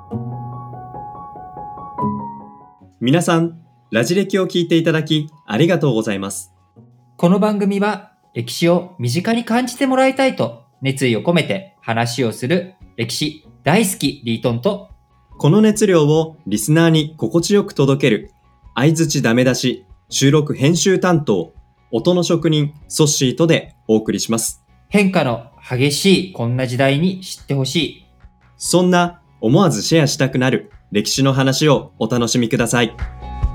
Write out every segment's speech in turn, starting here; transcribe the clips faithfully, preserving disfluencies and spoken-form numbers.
皆さん、ラジ歴を聞いていただきありがとうございます。 この番組は歴史を身近に感じてもらいたいと熱意を込めて話をする歴史大好きリートンと、 この熱量をリスナーに心地よく届ける相槌ダメ出し収録編集担当音の職人ソッシーとでお送りします。 変化の激しいこんな時代に知ってほしい、 そんな思わずシェアしたくなる歴史の話をお楽しみください。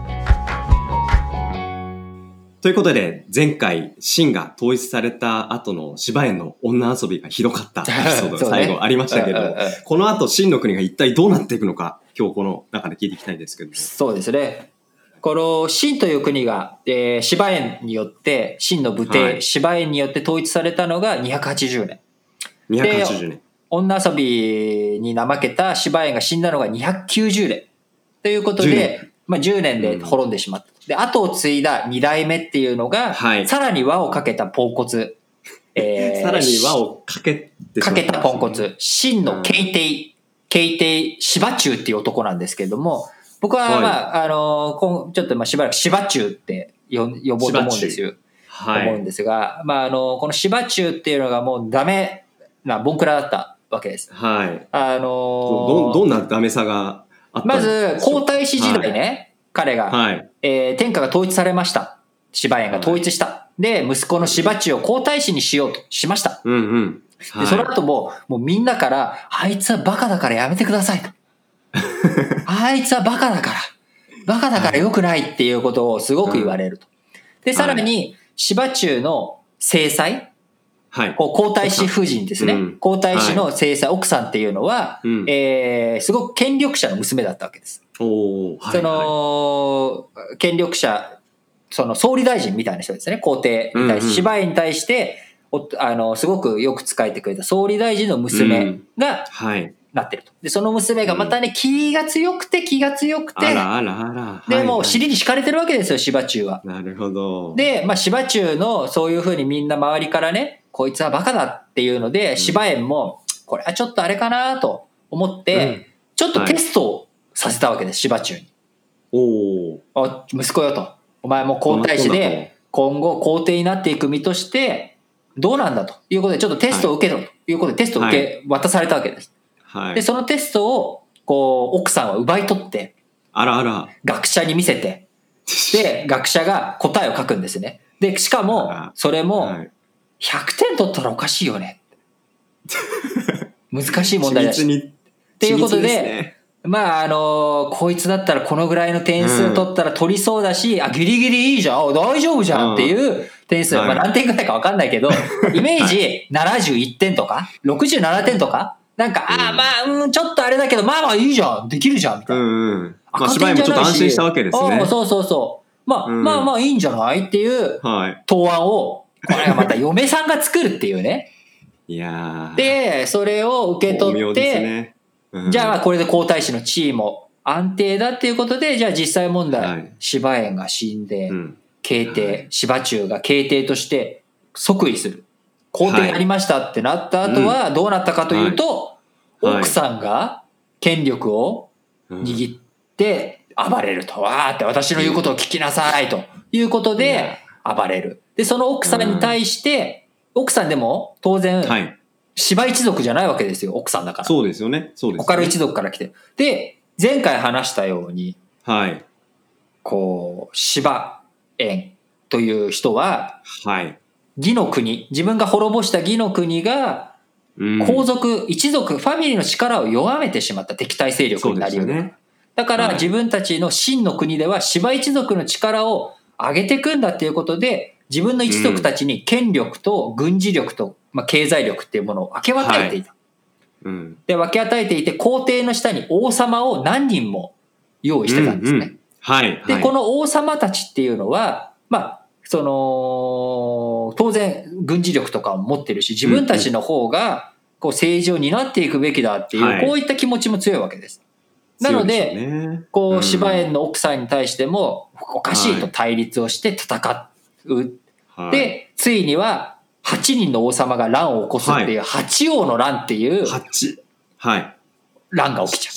ということで、前回秦が統一された後の芝園の女遊びがひどかったエピソードが最後ありましたけど、ね、この後秦の国が一体どうなっていくのか、今日この中で聞いていきたいんですけど。 そうですね。この秦という国が、えー、芝園によって秦の武帝、はい、芝園によって統一されたのがにひゃくはちじゅうねん。 にひゃくはちじゅうねん。女遊びに怠けた芝園が死んだのがにひゃくきゅうじゅうねんということで、まあ、じゅうねんで滅んでしまった。で、後を継いだに代目っていうのが、はい、さらに輪をかけたポンコツ。 えー、さらに輪をかけてしまった、 ね、かけたポンコツ。秦の慶帝、慶帝芝中っていう男なんですけれども、僕は、まあ、はい、あの、ちょっとまあしばらく芝中って呼ぼうと思うんですよ。はい、思うんですが、まあ、あの、この芝中っていうのがもうダメなボンクラだったわけです。 はい。 あのー、 ど、どんなダメさがあったんですか？ まず、皇太子時代ね、はい、彼が、はい、えー、天下が統一されました。芝園が統一した。はい、で、息子の芝中を皇太子にしようとしました。 うんうん。 はい、で、その後も、もうみんなから、あいつはバカだからやめてくださいと。あいつはバカだから。バカだから良くないっていうことをすごく言われると。で、さらに、芝中の正妻、はい、こう皇太子夫人ですね、うん、皇太子の正妻、はい、奥さんっていうのは、うん、えー、すごく権力者の娘だったわけです。おー、その、はいはい、権力者、その総理大臣みたいな人ですね、皇帝に対して、芝園に対して、あの、すごくよく仕えてくれた総理大臣の娘が、はいなってると。で、その娘がまたね、うん、気が強くて気が強くて。 あらあらあら。 で、もう尻に敷かれてるわけですよ、芝中は。 なるほど。 で、まあ芝中のそういうふうにみんな周りからね、こいつはバカだっていうので、芝園も、これはちょっとあれかなと思って、うん、ちょっとテストをさせたわけです、芝中に。おお。息子よと。お前も皇太子で、今後皇帝になっていく身として、どうなんだということで、ちょっとテストを受けろということで、テストを受け、渡されたわけです。はい、で、そのテストを、こう、奥さんは奪い取って、 あらあら。 学者に見せて、で、学者が答えを書くんですね。で、しかも、それも、ひゃくてん取ったらおかしいよね。難しい問題だし。っていうことで、ね、まあ、あの、こいつだったらこのぐらいの点数取ったら取りそうだし、うん、あ、ギリギリいいじゃん、大丈夫じゃんっていう点数、うん、まあ何点ぐらいか分かんないけど、イメージななじゅういってんとか、ろくじゅうななてんとか、なんか、ああ、まあ、うん、ちょっとあれだけど、まあまあいいじゃん、できるじゃん、みたいな。うんうん。 まあ、芝居もちょっと安心したわけですね。 そうそうそう。まあ、うん、まあまあいいんじゃないっていう答案を、これがまた嫁さんが作るっていうね。 いやー。 で、それを受け取って、ねうん、じゃあこれで皇太子の地位も安定だっていうことで、じゃあ実際問題、はい、芝園が死んで、うん、慶帝、はい、芝中が慶帝として即位する。皇帝になりましたってなった後はどうなったかというと、はい、奥さんが権力を握って暴れると。わーって私の言うことを聞きなさいということで暴れる。で、その奥さんに対して、奥さんでも当然、芝一族じゃないわけですよ、奥さんだから。 そうですよね。そうですよね。 他の一族から来て。で、前回話したように、はい。こう、芝園という人は、はい。義の国、自分が滅ぼした義の国が、皇族、一族、ファミリーの力を弱めてしまった敵対勢力になり得る。ね、だから自分たちの秦の国では芝一族の力を上げていくんだっていうことで、自分の一族たちに権力と軍事力と、まあ、経済力っていうものを分け与えていた。はいうん、で、分け与えていて、皇帝の下に王様を何人も用意してたんですね。うんうんはい、で、はい、この王様たちっていうのは、まあ、その、当然軍事力とかを持ってるし、自分たちの方がこう政治を担っていくべきだっていう、はい、こういった気持ちも強いわけです。なので、ね、こう、芝園の奥さんに対しても、おかしいと対立をして戦う。はい、で、ついには、はちにんの王様が乱を起こすっていう、はい、八王の乱っていう、 八はい。 乱が起きちゃう。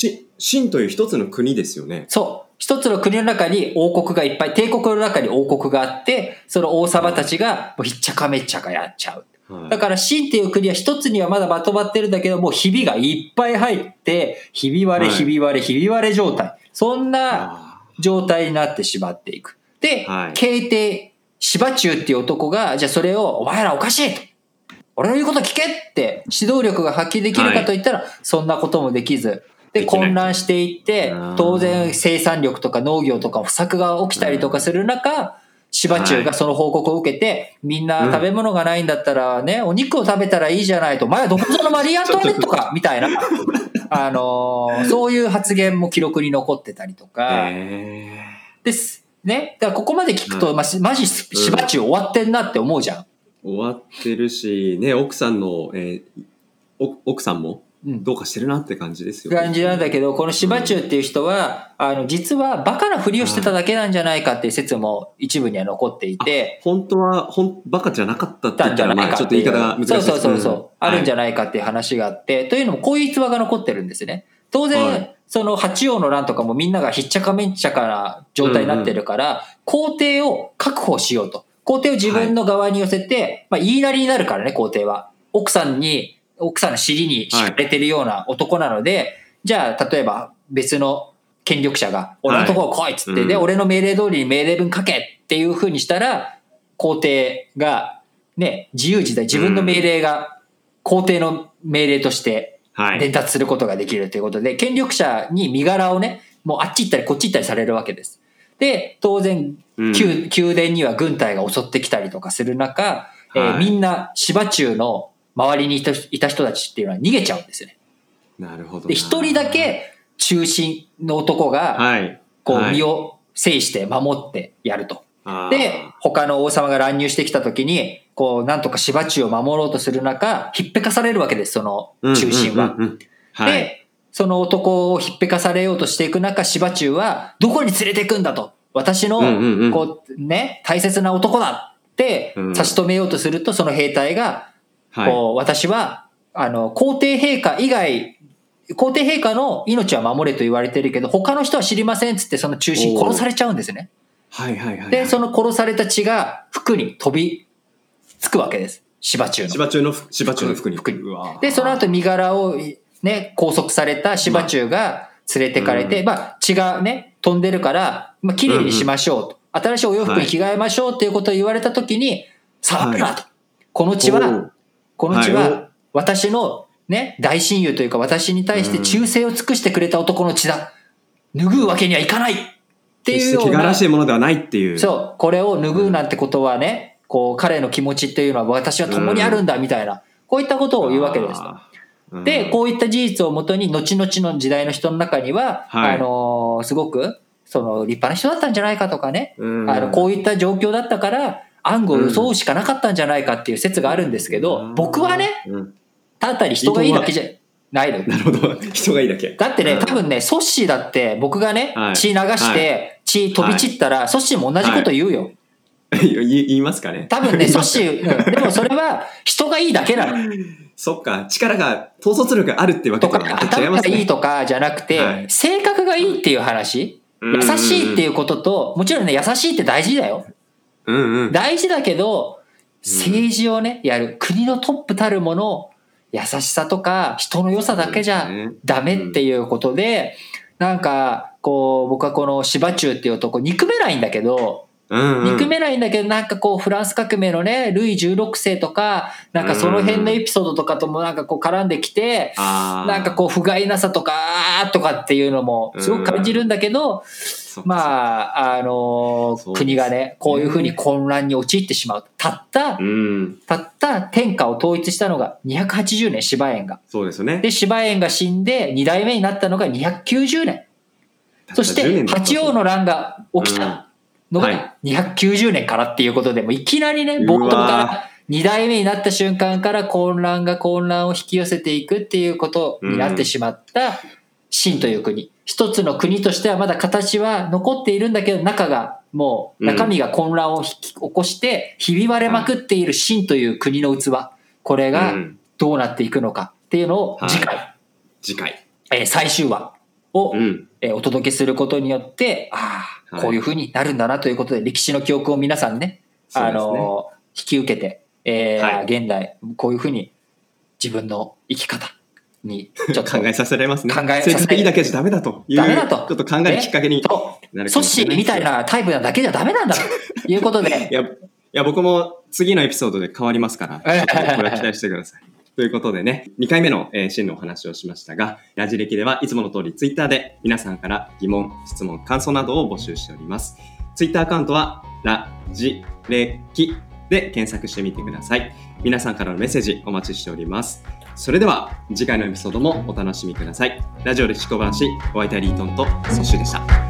秦という一つの国ですよね。 そう。一つの国の中に王国がいっぱい、帝国の中に王国があって、その王様たちがもうひっちゃかめっちゃかやっちゃう。はい、だから秦っていう国は一つにはまだまとまってるんだけども、ひびがいっぱい入って、ひび割れ、ひび割れ、ひび割れ状態。そんな状態になってしまっていく。で、はい、慶帝、芝中っていう男が、じゃあそれを、お前らおかしいと。俺の言うこと聞けって指導力が発揮できるかといったら、はい、そんなこともできず、で、混乱していって、当然生産力とか農業とか不作が起きたりとかする中、芝中がその報告を受けて、みんな食べ物がないんだったらね、お肉を食べたらいいじゃないと、お前はどこぞのマリー・アントワネットかみたいな、あのー、そういう発言も記録に残ってたりとか、です。ね。だからここまで聞くと、ま、マジ芝中終わってんなって思うじゃん。 終わってるし、ね、奥さんの、えー、奥さんも、どうかしてるなって感じですよね。 感じなんだけど、この芝中っていう人は、うん、あの、実はバカなふりをしてただけなんじゃないかっていう説も一部には残っていて。 本当は、ほん、バカじゃなかったって言ったら、まあちょっと言い方が難しいです。 そうそうそうそう、うん。あるんじゃないかっていう話があって、はい、というのもこういう逸話が残ってるんですね。当然、はい、その八王の乱とかもみんながひっちゃかめっちゃかな状態になってるから、うんうん、皇帝を確保しようと。皇帝を自分の側に寄せて、はい、まあ言いなりになるからね、皇帝は。奥さんに、奥さんの尻に敷かれてるような男なので、はい、じゃあ例えば別の権力者が俺のところ来いっつって、はい、で、うん、俺の命令通りに命令文書けっていう風にしたら、皇帝がね、自由自在自分の命令が皇帝の命令として伝達することができるということで、はい、権力者に身柄をね、もうあっち行ったりこっち行ったりされるわけです。で、当然、うん、宮殿には軍隊が襲ってきたりとかする中、はい、えー、みんな芝中の周りにいた、いた人たちっていうのは逃げちゃうんですよね。 なるほど。 で、一人だけ中心の男が、はい、こう身を制して守ってやると。はい、で、他の王様が乱入してきた時に、こう、なんとか芝中を守ろうとする中、ひっぺかされるわけです、その中心は。で、その男をひっぺかされようとしていく中、芝中は、どこに連れていくんだと。私の、こう、ね、大切な男だって差し止めようとすると、その兵隊が、こう、はい、私は、あの、皇帝陛下以外、皇帝陛下の命は守れと言われてるけど、他の人は知りませんっつってその中心殺されちゃうんですね。 はいはいはい、はい。 で、その殺された血が服に飛びつくわけです。芝中の。 芝中の、芝中の服に。 服に。で、その後身柄をね、拘束された芝中が連れてかれて、まあ、まあ、血がね、飛んでるから、まあ、綺麗にしましょうと、うんうん。新しいお洋服に着替えましょうっていうことを言われたときに、騒ぐなと。この血は、この血は私のね、大親友というか私に対して忠誠を尽くしてくれた男の血だ。拭うわけにはいかないっていうような。 汚らしいものではないっていう。 そう。これを拭うなんてことはね、こう彼の気持ちっていうのは私は共にあるんだみたいな、こういったことを言うわけですと。で、こういった事実をもとに後々の時代の人の中には、はい、あのー、すごくその立派な人だったんじゃないかとかね、あのこういった状況だったから、暗号を装うしかなかったんじゃないかっていう説があるんですけど、うん、僕はね、うん、ただり人がいいだけじゃないの。 なるほど。人がいいだけ。 だってね、多分ね、ソッシーだって僕がね、はい、血流して、血飛び散ったら、はい、ソッシーも同じこと言うよ。 はい、言いますかね。 多分ね、ソッシー、うん、でもそれは人がいいだけなの。 そっか、力が、統率力があるってわけとか、 頭がいいとかじゃなくて、はい、性格がいいっていう話、優しいっていうことと、もちろんね、優しいって大事だよ。うんうん、大事だけど、政治をね、やる。国のトップたるもの、優しさとか、人の良さだけじゃダメっていうことで、なんか、こう、僕はこの芝中っていう男、憎めないんだけど、うんうん、憎めないんだけど、なんかこう、フランス革命のね、ルイじゅうろくせいとか、なんかその辺のエピソードとかともなんかこう絡んできて、うん、なんかこう、不甲斐なさとか、とかっていうのもすごく感じるんだけど、うん、まあ、あのー、国がね、こういうふうに混乱に陥ってしまう。たった、うん、たった天下を統一したのがにひゃくはちじゅうねん、芝園が。 そうですね。 で、芝園が死んでに代目になったのがにひゃくきゅうじゅうねん。そして、八王の乱が起きたのがにひゃくきゅうじゅうねんからっていうことで、もういきなりね、冒頭からに代目になった瞬間から混乱が混乱を引き寄せていくっていうことになってしまった秦という国。一つの国としてはまだ形は残っているんだけど、中がもう中身が混乱を引き起こしてひび割れまくっている秦という国の器。これがどうなっていくのかっていうのを次回。 はい、次回。 えー、最終話。 を、うんえー、お届けすることによって、ああ、こういうふうになるんだなということで、歴史の記憶を皆さんね、あのー、引き受けて、えーはい、現代、こういうふうに自分の生き方にちょっと考えさせられますね。 考えさせられます。 成績いいだけじゃダメだという。 ダメだと。 ちょっと考えるきっかけになるかもしれない。 ソッシーみたいなタイプなだけじゃダメなんだということで。 いや、いや僕も次のエピソードで変わりますから、ちょっとこれは期待してください。ということでね、にかいめの、えー、真のお話をしましたが、ラジ歴ではいつもの通りツイッターで皆さんから疑問、質問、感想などを募集しております。ツイッターアカウントはラジレキで検索してみてください。皆さんからのメッセージお待ちしております。それでは次回のエピソードもお楽しみください。ラジオ歴史小話、お相手はリートンとソッシュでした。